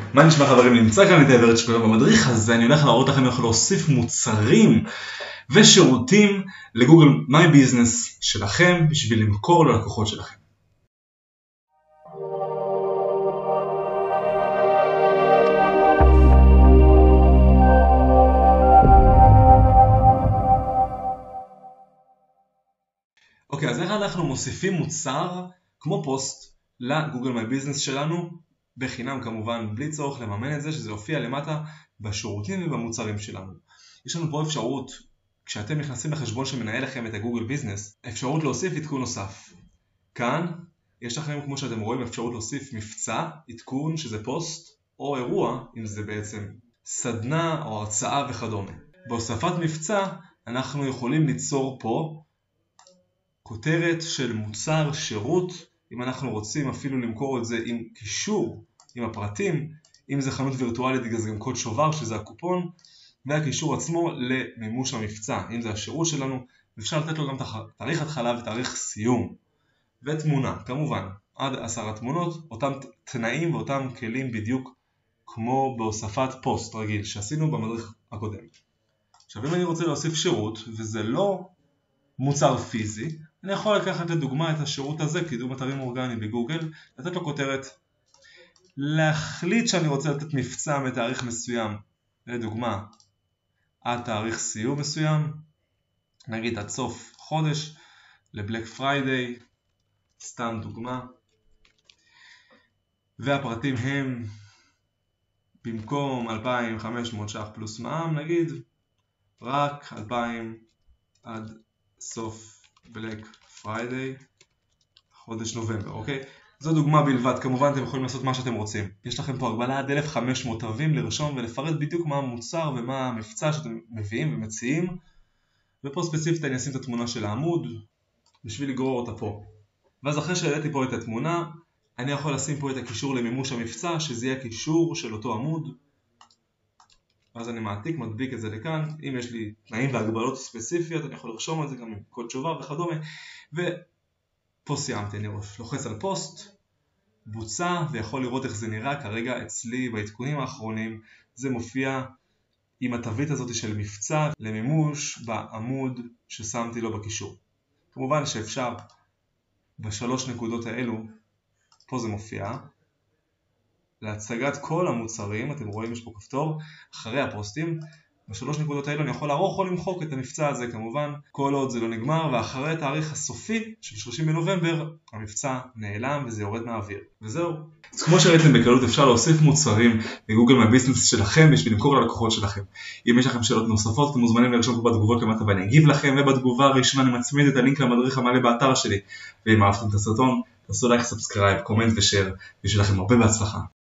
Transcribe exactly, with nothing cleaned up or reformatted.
מה נשמע חברים? נמצא כאן את ורד שפירא. במדריך הזה אני הולך להראות לכם איך להוסיף מוצרים ושירותים לגוגל מיי ביזנס שלכם בשביל למכור ללקוחות שלכם. אוקיי, אז איך אנחנו מוסיפים מוצר כמו פוסט לגוגל מיי ביזנס שלנו בחינם, כמובן בלי צורך לממן את זה, שזה יופיע למטה בשירותים ובמוצרים שלנו. יש לנו פה אפשרות, כשאתם נכנסים לחשבון שמנהל לכם את הגוגל ביזנס, אפשרות להוסיף עדכון נוסף. כאן יש לכם, כמו שאתם רואים, אפשרות להוסיף מבצע, עדכון שזה פוסט, או אירוע, אם זה בעצם סדנה או הרצאה וכדומה. בהוספת מבצע אנחנו יכולים ליצור פה כותרת של מוצר, שירות, אם אנחנו רוצים אפילו למכור את זה עם קישור, עם הפרטים, אם זה חנות וירטואלית, אז גם קוד שובר שזה הקופון, והקישור עצמו למימוש המבצע, אם זה השירות שלנו, אפשר לתת לו גם תאריך התחלה ותאריך סיום, ותמונה, כמובן, עד עשרה תמונות, אותם תנאים ואותם כלים בדיוק כמו בהוספת פוסט רגיל שעשינו במדריך הקודם. עכשיו אם אני רוצה להוסיף שירות, וזה לא מוצר פיזי, אני יכול לקחת לדוגמה את השירות הזה, קידום אתרים אורגניים בגוגל, לתת לו כותרת, להחליט שאני רוצה לתת מבצע מתאריך מסוים, לדוגמה, עד תאריך סיום מסוים, נגיד עד סוף חודש, לבלק פריידיי, סתם דוגמה, והפרטים הם, במקום אלפיים וחמש מאות ש"ח פלוס מע"מ, נגיד, רק אלפיים עד סוף בלק פריידיי, חודש נובמבר, אוקיי? זו דוגמה בלבד, כמובן אתם יכולים לעשות מה שאתם רוצים. יש לכם פה הגבלה עד אלף וחמש מאות תווים לרשום ולפרט בדיוק מה המוצר ומה המבצע שאתם מביאים ומציעים. ופה ספציפית אני אשים את התמונה של העמוד בשביל לגרור אותה פה. ואז אחרי שהעליתי פה את התמונה, אני יכול לשים פה את הקישור למימוש המבצע, שזה יהיה הקישור של אותו עמוד. אז אני מעתיק, מדביק את זה לכאן. אם יש לי תנאים והגבלות ספציפיות, אני יכול לרשום את זה גם עם קוד שובר וכדומה. ופה סיימתי, אני לוחץ על פוסט, בוצע, ויכול לראות איך זה נראה. כרגע אצלי בעדכונים האחרונים, זה מופיע עם התווית הזאת של מבצע למימוש בעמוד ששמתי לו בקישור. כמובן שאפשר בשלוש נקודות האלו, פה זה מופיע, להצגת כל המוצרים, אתם רואים יש פה כפתור, אחרי הפוסטים, בשלוש נקודות האלו אני יכול לערוך או למחוק את המבצע הזה כמובן, כל עוד זה לא נגמר, ואחרי התאריך הסופי של שלושים בנובמבר, המבצע נעלם וזה יורד מהאוויר. וזהו. אז כמו שראיתם בקלות אפשר להוסיף מוצרים לגוגל מיי ביזנס שלכם בשביל למכור ללקוחות שלכם. אם יש לכם שאלות נוספות, אתם מוזמנים לרשום פה בתגובות למטה ואני אגיב לכם, ובתגובה הראשונה אני מצמיד את הלינק למדריך המלא באתר שלי. ואם אהבתם את הסרטון, תעשו לייק, סאבסקרייב, קומנט ושאר, ושיהיה לכם הרבה בהצלחה.